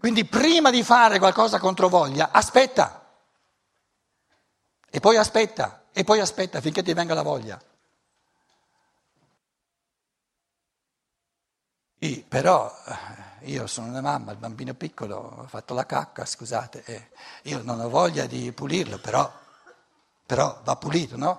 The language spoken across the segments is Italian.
Quindi prima di fare qualcosa contro voglia, aspetta. E poi aspetta finché ti venga la voglia. Sì, però io sono una mamma, il bambino piccolo ha fatto la cacca, scusate, io non ho voglia di pulirlo, però va pulito, no?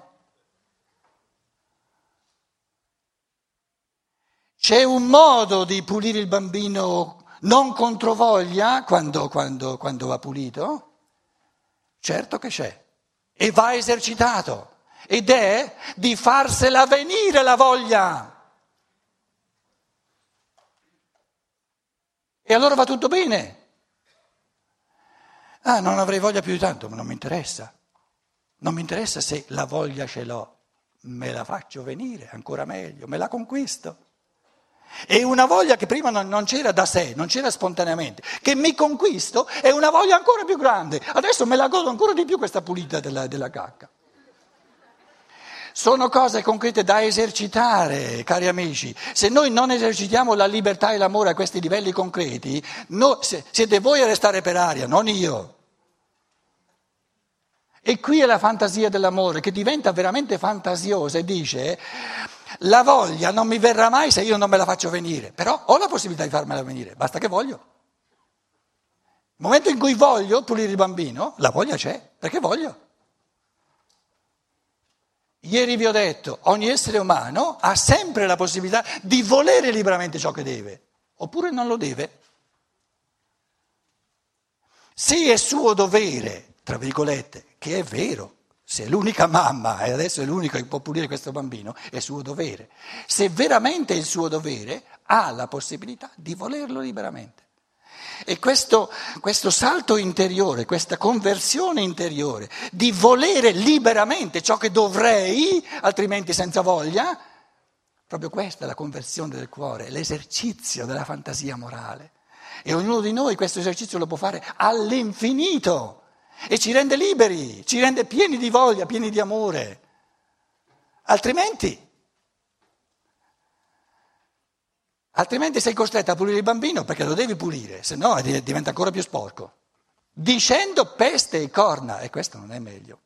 C'è un modo di pulire il bambino non contro voglia quando va pulito? Certo che c'è e va esercitato ed è di farsela venire la voglia. E allora va tutto bene. Ah, non avrei voglia più di tanto, ma non mi interessa. Non mi interessa se la voglia ce l'ho, me la faccio venire, ancora meglio, me la conquisto. E una voglia che prima non c'era da sé, non c'era spontaneamente, che mi conquisto è una voglia ancora più grande. Adesso me la godo ancora di più questa pulita della cacca. Sono cose concrete da esercitare, cari amici. Se noi non esercitiamo la libertà e l'amore a questi livelli concreti, siete voi a restare per aria, non io. E qui è la fantasia dell'amore che diventa veramente fantasiosa e dice: la voglia non mi verrà mai se io non me la faccio venire, però ho la possibilità di farmela venire, basta che voglio. Il momento in cui voglio pulire il bambino, la voglia c'è, perché voglio. Ieri vi ho detto, ogni essere umano ha sempre la possibilità di volere liberamente ciò che deve, oppure non lo deve. Se è suo dovere, tra virgolette, che è vero, se è l'unica mamma e adesso è l'unico che può pulire questo bambino, è suo dovere. Se veramente è il suo dovere, ha la possibilità di volerlo liberamente. E questo salto interiore, questa conversione interiore di volere liberamente ciò che dovrei, altrimenti senza voglia, proprio questa è la conversione del cuore, l'esercizio della fantasia morale. E ognuno di noi questo esercizio lo può fare all'infinito e ci rende liberi, ci rende pieni di voglia, pieni di amore. Altrimenti sei costretto a pulire il bambino perché lo devi pulire, se no diventa ancora più sporco, dicendo peste e corna, e questo non è meglio.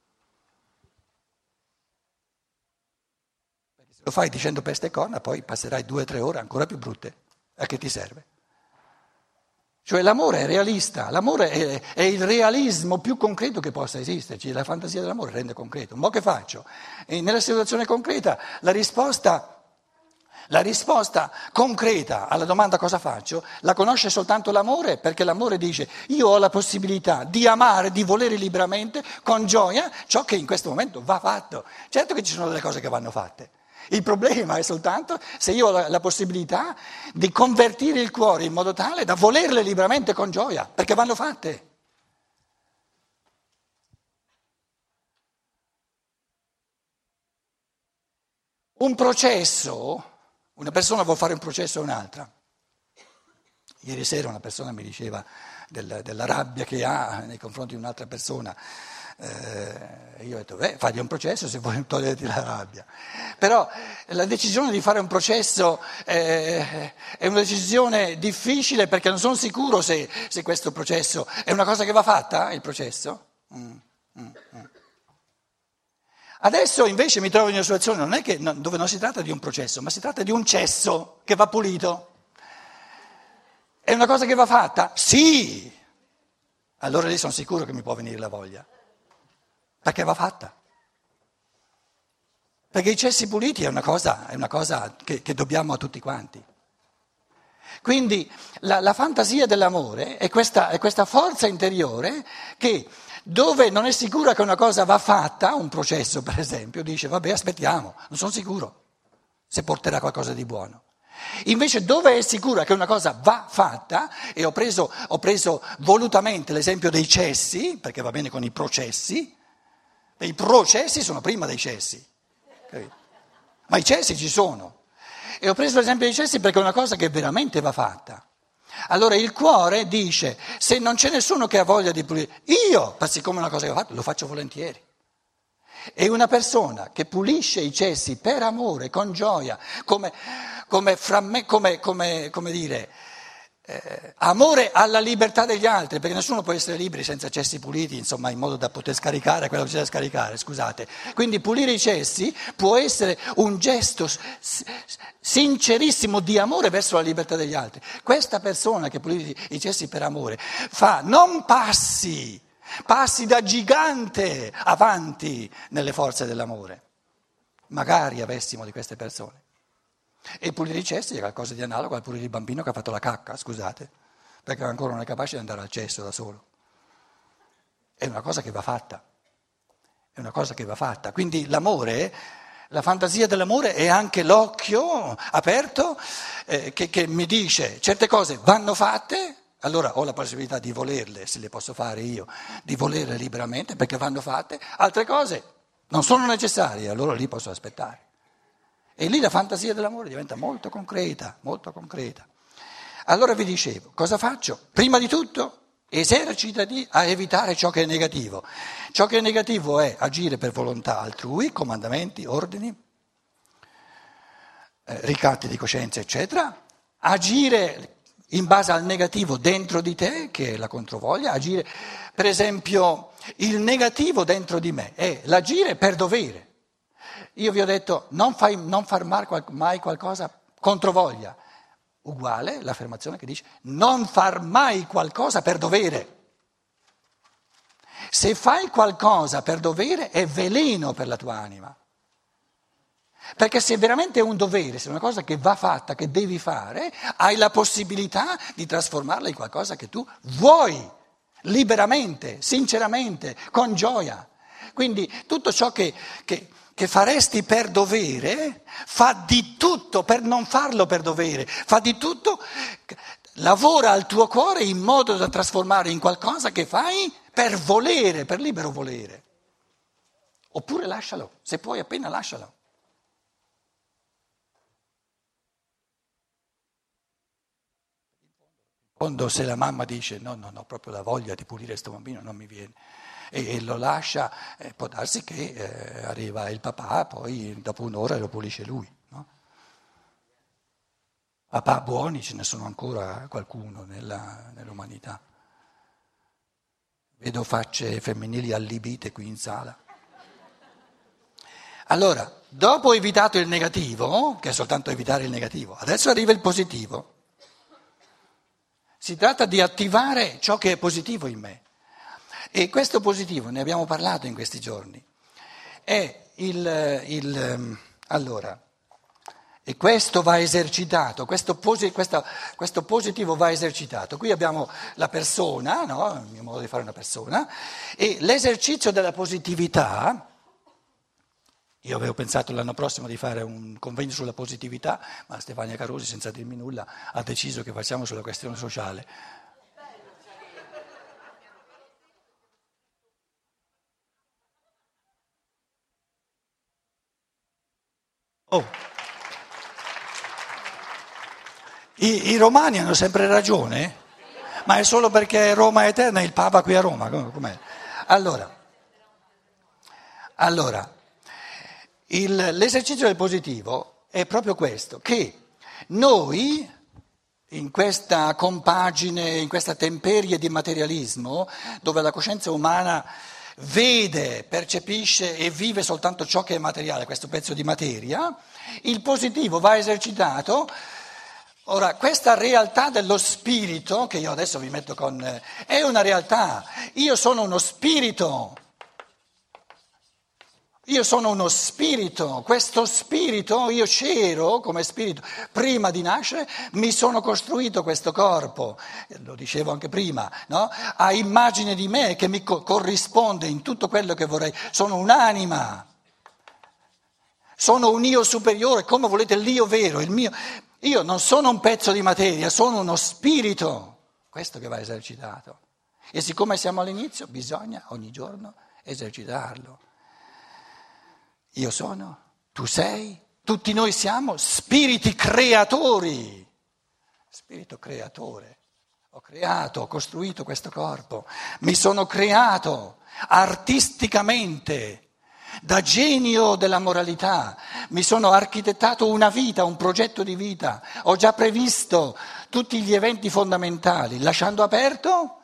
Perché se lo fai dicendo peste e corna, poi passerai 2 o 3 ore ancora più brutte. A che ti serve? Cioè l'amore è realista, l'amore è il realismo più concreto che possa esisterci, la fantasia dell'amore rende concreto. Ma che faccio? E nella situazione concreta la risposta concreta alla domanda cosa faccio la conosce soltanto l'amore, perché l'amore dice io ho la possibilità di amare, di volere liberamente, con gioia, ciò che in questo momento va fatto. Certo che ci sono delle cose che vanno fatte. Il problema è soltanto se io ho la possibilità di convertire il cuore in modo tale da volerle liberamente con gioia, perché vanno fatte. Un processo, una persona vuol fare un processo a un'altra. Ieri sera una persona mi diceva della rabbia che ha nei confronti di un'altra persona. Io ho detto, fagli un processo se vuoi toglierti la rabbia. Però la decisione di fare un processo è una decisione difficile perché non sono sicuro se questo processo è una cosa che va fatta, il processo. Adesso invece mi trovo in una situazione dove non si tratta di un processo, ma si tratta di un cesso che va pulito. È una cosa che va fatta? Sì! Allora lì sono sicuro che mi può venire la voglia. Perché va fatta. Perché i cessi puliti è una cosa che dobbiamo a tutti quanti. Quindi la fantasia dell'amore è questa forza interiore che dove non è sicura che una cosa va fatta, un processo per esempio, dice vabbè aspettiamo, non sono sicuro se porterà qualcosa di buono. Invece dove è sicura che una cosa va fatta, e ho preso volutamente l'esempio dei cessi, perché va bene con i processi, i processi sono prima dei cessi, capito? Ma i cessi ci sono. E ho preso l'esempio dei cessi perché è una cosa che veramente va fatta. Allora il cuore dice, se non c'è nessuno che ha voglia di pulire, io, siccome è una cosa che va fatta, lo faccio volentieri. E una persona che pulisce i cessi per amore, con gioia, come amore alla libertà degli altri, perché nessuno può essere liberi senza cessi puliti, insomma, in modo da poter scaricare quello che c'è da scaricare, scusate. Quindi pulire i cessi può essere un gesto sincerissimo di amore verso la libertà degli altri. Questa persona che pulisce i cessi per amore fa non passi da gigante avanti nelle forze dell'amore. Magari avessimo di queste persone. E pulire i cessi è qualcosa di analogo al pulire il bambino che ha fatto la cacca, scusate, perché ancora non è capace di andare al cesso da solo. È una cosa che va fatta, è una cosa che va fatta. Quindi l'amore, la fantasia dell'amore è anche l'occhio aperto che mi dice certe cose vanno fatte, allora ho la possibilità di volerle, se le posso fare io, di volerle liberamente perché vanno fatte, altre cose non sono necessarie, allora lì posso aspettare. E lì la fantasia dell'amore diventa molto concreta, molto concreta. Allora vi dicevo, cosa faccio? Prima di tutto esercitati a evitare ciò che è negativo. Ciò che è negativo è agire per volontà altrui, comandamenti, ordini, ricatti di coscienza, eccetera. Agire in base al negativo dentro di te, che è la controvoglia. Agire, per esempio, il negativo dentro di me è l'agire per dovere. Io vi ho detto non far mai qualcosa contro voglia, uguale l'affermazione che dice non far mai qualcosa per dovere. Se fai qualcosa per dovere è veleno per la tua anima, perché se veramente è un dovere, se è una cosa che va fatta, che devi fare, hai la possibilità di trasformarla in qualcosa che tu vuoi, liberamente, sinceramente, con gioia. Quindi tutto ciò che faresti per dovere, fa di tutto per non farlo per dovere, fa di tutto, lavora al tuo cuore in modo da trasformare in qualcosa che fai per volere, per libero volere. Oppure lascialo, se puoi appena lascialo. Quando se la mamma dice no, proprio la voglia di pulire sto bambino non mi viene. E lo lascia, può darsi che arriva il papà, poi dopo un'ora lo pulisce lui. No? Papà buoni ce ne sono ancora qualcuno nell'umanità. Vedo facce femminili allibite qui in sala. Allora, dopo evitato il negativo, che è soltanto evitare il negativo, adesso arriva il positivo. Si tratta di attivare ciò che è positivo in me. E questo positivo, ne abbiamo parlato in questi giorni, è allora, e questo va esercitato, questo positivo va esercitato. Qui abbiamo la persona, no? Il mio modo di fare una persona, e l'esercizio della positività. Io avevo pensato l'anno prossimo di fare un convegno sulla positività, ma Stefania Carosi, senza dirmi nulla, ha deciso che facciamo sulla questione sociale. Oh. I romani hanno sempre ragione, ma è solo perché Roma è eterna e il Papa qui a Roma. Com'è? Allora, l'esercizio del positivo è proprio questo, che noi in questa compagine, in questa temperie di materialismo, dove la coscienza umana vede, percepisce e vive soltanto ciò che è materiale, questo pezzo di materia, il positivo va esercitato. Ora, questa realtà dello spirito, che io adesso vi metto è una realtà. Io sono uno spirito, questo spirito, io c'ero come spirito, prima di nascere mi sono costruito questo corpo, lo dicevo anche prima, no? A immagine di me che mi corrisponde in tutto quello che vorrei, sono un'anima, sono un io superiore, come volete l'io vero, il mio, io non sono un pezzo di materia, sono uno spirito, questo che va esercitato. E siccome siamo all'inizio bisogna ogni giorno esercitarlo. Io sono, tu sei, tutti noi siamo spiriti creatori, spirito creatore. Ho costruito questo corpo, mi sono creato artisticamente, da genio della moralità, mi sono architettato una vita, un progetto di vita, ho già previsto tutti gli eventi fondamentali, lasciando aperto,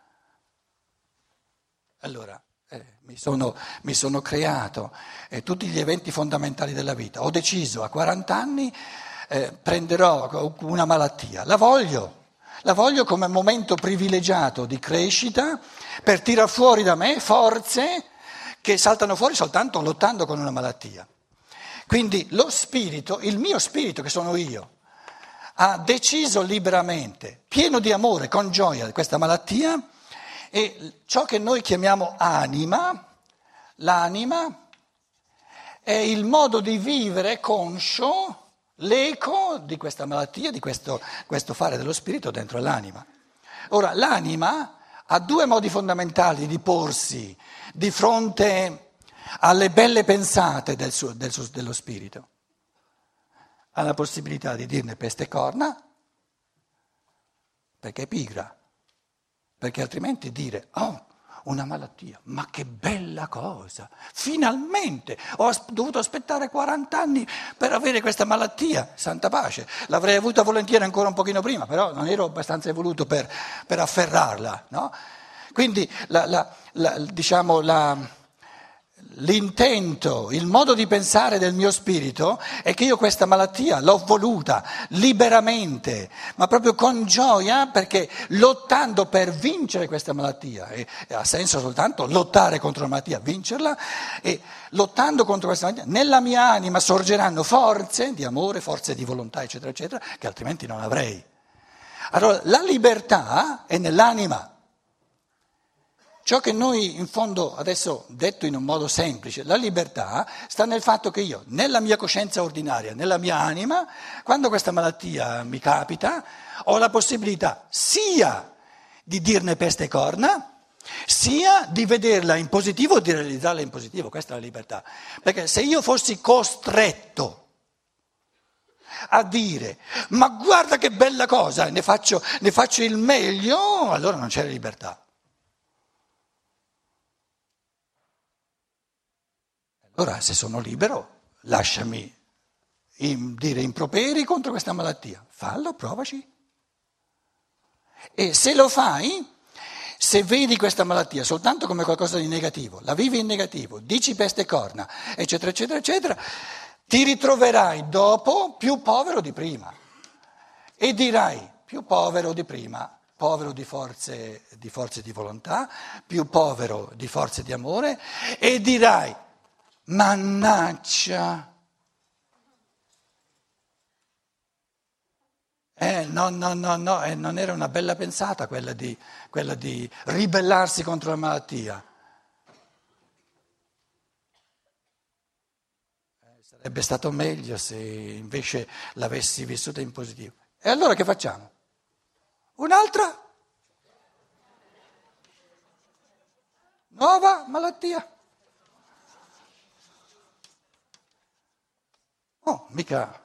allora mi sono creato tutti gli eventi fondamentali della vita, ho deciso a 40 anni prenderò una malattia, la voglio come momento privilegiato di crescita per tirar fuori da me forze che saltano fuori soltanto lottando con una malattia. Quindi lo spirito, il mio spirito che sono io, ha deciso liberamente, pieno di amore, con gioia, questa malattia e ciò che noi chiamiamo anima, l'anima è il modo di vivere conscio, l'eco di questa malattia, di questo fare dello spirito dentro l'anima. Ora, l'anima ha due modi fondamentali di porsi di fronte alle belle pensate dello spirito. Ha la possibilità di dirne peste e corna, perché è pigra, perché altrimenti dire, oh, una malattia, ma che bella cosa, finalmente ho dovuto aspettare 40 anni per avere questa malattia, santa pace, l'avrei avuta volentieri ancora un pochino prima, però non ero abbastanza evoluto per afferrarla, no? Quindi l'intento, il modo di pensare del mio spirito è che io questa malattia l'ho voluta liberamente, ma proprio con gioia, perché lottando per vincere questa malattia, e ha senso soltanto lottare contro la malattia, vincerla, e lottando contro questa malattia, nella mia anima sorgeranno forze di amore, forze di volontà, eccetera, eccetera, che altrimenti non avrei. Allora la libertà è nell'anima. Ciò che noi in fondo, adesso detto in un modo semplice, la libertà sta nel fatto che io, nella mia coscienza ordinaria, nella mia anima, quando questa malattia mi capita, ho la possibilità sia di dirne peste e corna, sia di vederla in positivo o di realizzarla in positivo. Questa è la libertà. Perché se io fossi costretto a dire, ma guarda che bella cosa, ne faccio il meglio, allora non c'è libertà. Allora, se sono libero, lasciami dire improperi contro questa malattia. Fallo, provaci. E se lo fai, se vedi questa malattia soltanto come qualcosa di negativo, la vivi in negativo, dici peste e corna, eccetera, eccetera, eccetera, ti ritroverai dopo più povero di prima. E dirai, più povero di prima, povero di forze di volontà, più povero di forze di amore, e dirai, mannaggia, no, non era una bella pensata quella di ribellarsi contro la malattia. Sarebbe stato meglio se invece l'avessi vissuta in positivo. E allora che facciamo? Un'altra? Nuova malattia? Oh, mica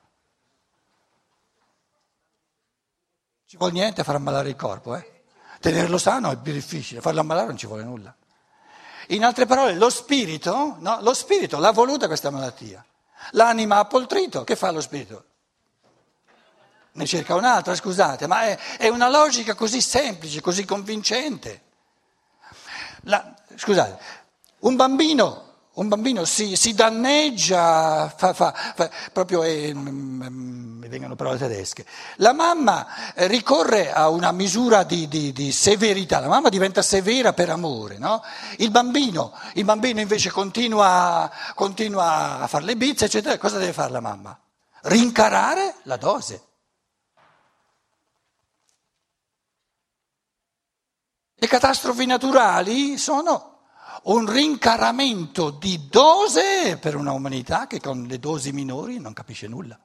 ci vuole niente a far ammalare il corpo, eh? Tenerlo sano è più difficile, farlo ammalare non ci vuole nulla. In altre parole, lo spirito l'ha voluta questa malattia. L'anima ha poltrito, che fa lo spirito? Ne cerca un'altra, scusate, ma è una logica così semplice, così convincente. Scusate, un bambino si danneggia, proprio mi vengono parole tedesche. La mamma ricorre a una misura di severità, la mamma diventa severa per amore, no? Il bambino invece continua a fare le bizze, eccetera. Cosa deve fare la mamma? Rincarare la dose. Le catastrofi naturali sono un rincaramento di dose per una umanità che con le dosi minori non capisce nulla.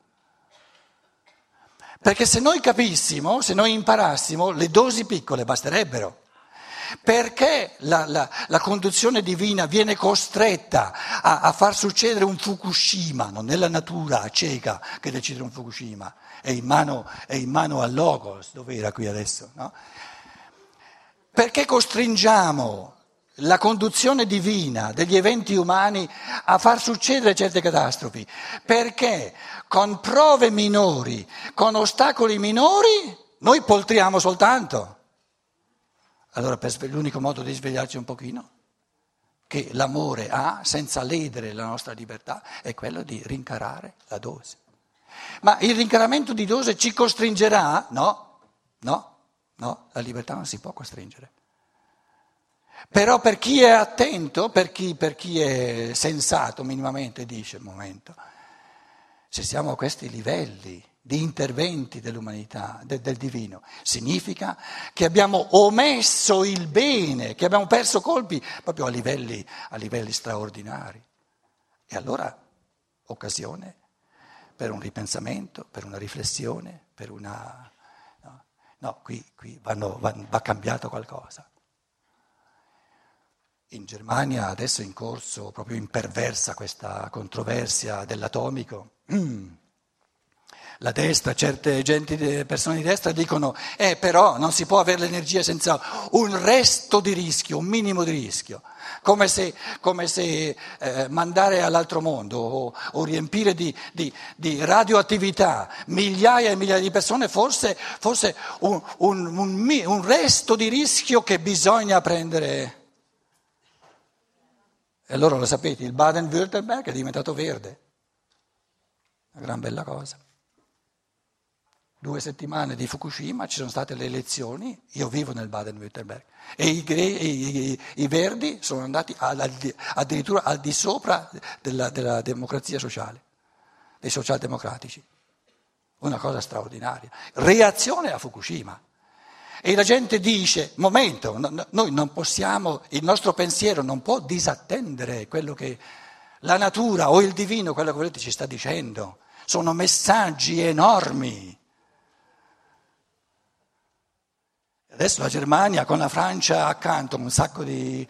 Perché se noi capissimo, se noi imparassimo, le dosi piccole basterebbero. Perché la conduzione divina viene costretta a far succedere un Fukushima, non è la natura cieca che decide un Fukushima, è in mano al Logos, dove era qui adesso, no? Perché costringiamo la conduzione divina degli eventi umani a far succedere certe catastrofi, perché con prove minori, con ostacoli minori, noi poltriamo soltanto. Allora l'unico modo di svegliarci un pochino, che l'amore ha senza ledere la nostra libertà, è quello di rincarare la dose. Ma il rincaramento di dose ci costringerà? No, la libertà non si può costringere. Però per chi è attento, per chi è sensato minimamente, dice, un momento, se siamo a questi livelli di interventi dell'umanità, del divino, significa che abbiamo omesso il bene, che abbiamo perso colpi proprio a livelli straordinari. E allora occasione per un ripensamento, per una riflessione, per una... No, qui va cambiato qualcosa. In Germania adesso è in corso, proprio imperversa questa controversia dell'atomico. La destra, certe persone di destra dicono però non si può avere l'energia senza un resto di rischio, un minimo di rischio, come se mandare all'altro mondo o riempire di radioattività migliaia e migliaia di persone fosse un resto di rischio che bisogna prendere. E allora lo sapete, il Baden-Württemberg è diventato verde, una gran bella cosa. 2 settimane di Fukushima ci sono state le elezioni, io vivo nel Baden-Württemberg, e i verdi sono andati addirittura al di sopra della democrazia sociale, dei socialdemocratici. Una cosa straordinaria. Reazione a Fukushima. E la gente dice, momento, noi non possiamo, il nostro pensiero non può disattendere quello che la natura o il divino, quello che volete, ci sta dicendo. Sono messaggi enormi. Adesso la Germania con la Francia accanto, un sacco di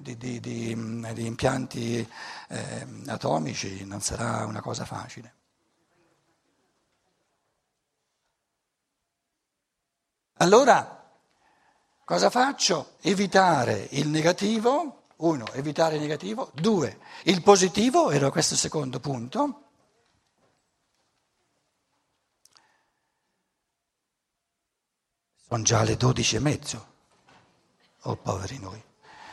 impianti atomici, non sarà una cosa facile. Allora, cosa faccio? Evitare il negativo, 1, evitare il negativo, 2, il positivo, era questo il secondo punto. Sono già le 12:30, oh poveri noi.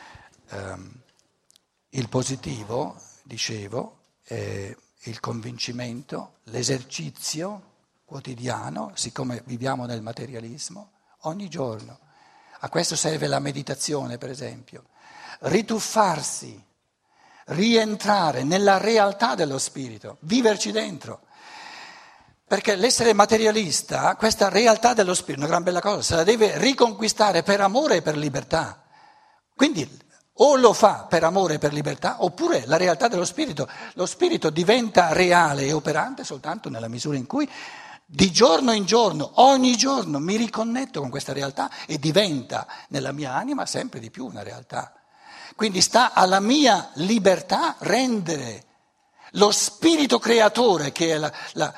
Il positivo, dicevo, è il convincimento, l'esercizio quotidiano, siccome viviamo nel materialismo, ogni giorno. A questo serve la meditazione, per esempio. Rituffarsi, rientrare nella realtà dello spirito, viverci dentro. Perché l'essere materialista, questa realtà dello spirito, è una gran bella cosa, se la deve riconquistare per amore e per libertà. Quindi o lo fa per amore e per libertà, oppure la realtà dello spirito. Lo spirito diventa reale e operante soltanto nella misura in cui di giorno in giorno, ogni giorno mi riconnetto con questa realtà e diventa nella mia anima sempre di più una realtà. Quindi sta alla mia libertà rendere lo spirito creatore, che è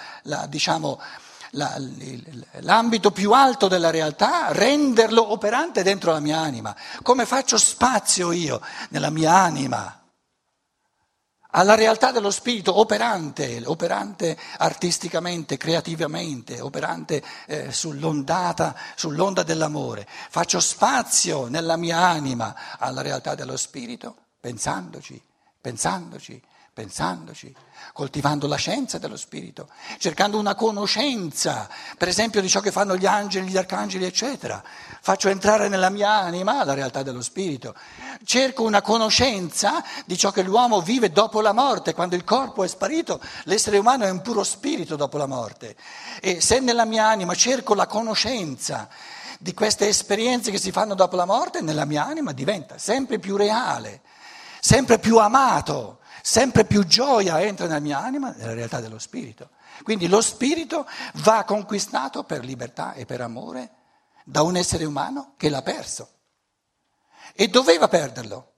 l'ambito più alto della realtà, renderlo operante dentro la mia anima. Come faccio spazio io nella mia anima alla realtà dello spirito operante artisticamente, creativamente, operante sull'onda dell'amore. Faccio spazio nella mia anima alla realtà dello spirito, pensandoci, coltivando la scienza dello spirito, cercando una conoscenza, per esempio, di ciò che fanno gli angeli, gli arcangeli, eccetera. Faccio entrare nella mia anima la realtà dello spirito. Cerco una conoscenza di ciò che l'uomo vive dopo la morte, quando il corpo è sparito, l'essere umano è un puro spirito dopo la morte. E se nella mia anima cerco la conoscenza di queste esperienze che si fanno dopo la morte, nella mia anima diventa sempre più reale, sempre più amato, sempre più gioia entra nella mia anima, nella realtà dello spirito. Quindi lo spirito va conquistato per libertà e per amore da un essere umano che l'ha perso e doveva perderlo.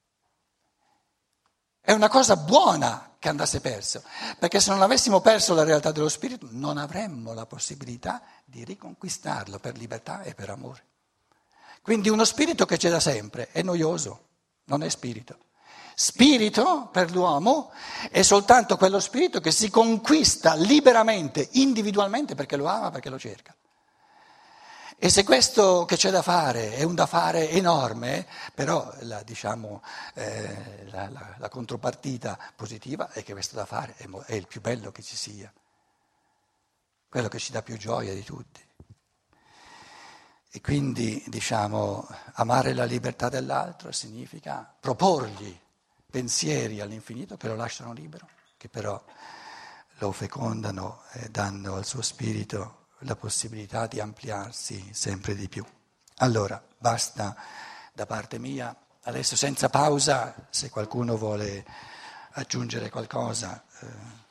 È una cosa buona che andasse perso, perché se non avessimo perso la realtà dello spirito non avremmo la possibilità di riconquistarlo per libertà e per amore. Quindi uno spirito che c'è da sempre è noioso. non è spirito. Spirito per l'uomo è soltanto quello spirito che si conquista liberamente, individualmente, perché lo ama, perché lo cerca. E se questo che c'è da fare è un da fare enorme, però la contropartita positiva è che questo da fare è il più bello che ci sia, quello che ci dà più gioia di tutti. E quindi, amare la libertà dell'altro significa proporgli pensieri all'infinito che lo lasciano libero, che però lo fecondano e danno al suo spirito la possibilità di ampliarsi sempre di più. Allora, basta da parte mia, adesso senza pausa, se qualcuno vuole aggiungere qualcosa.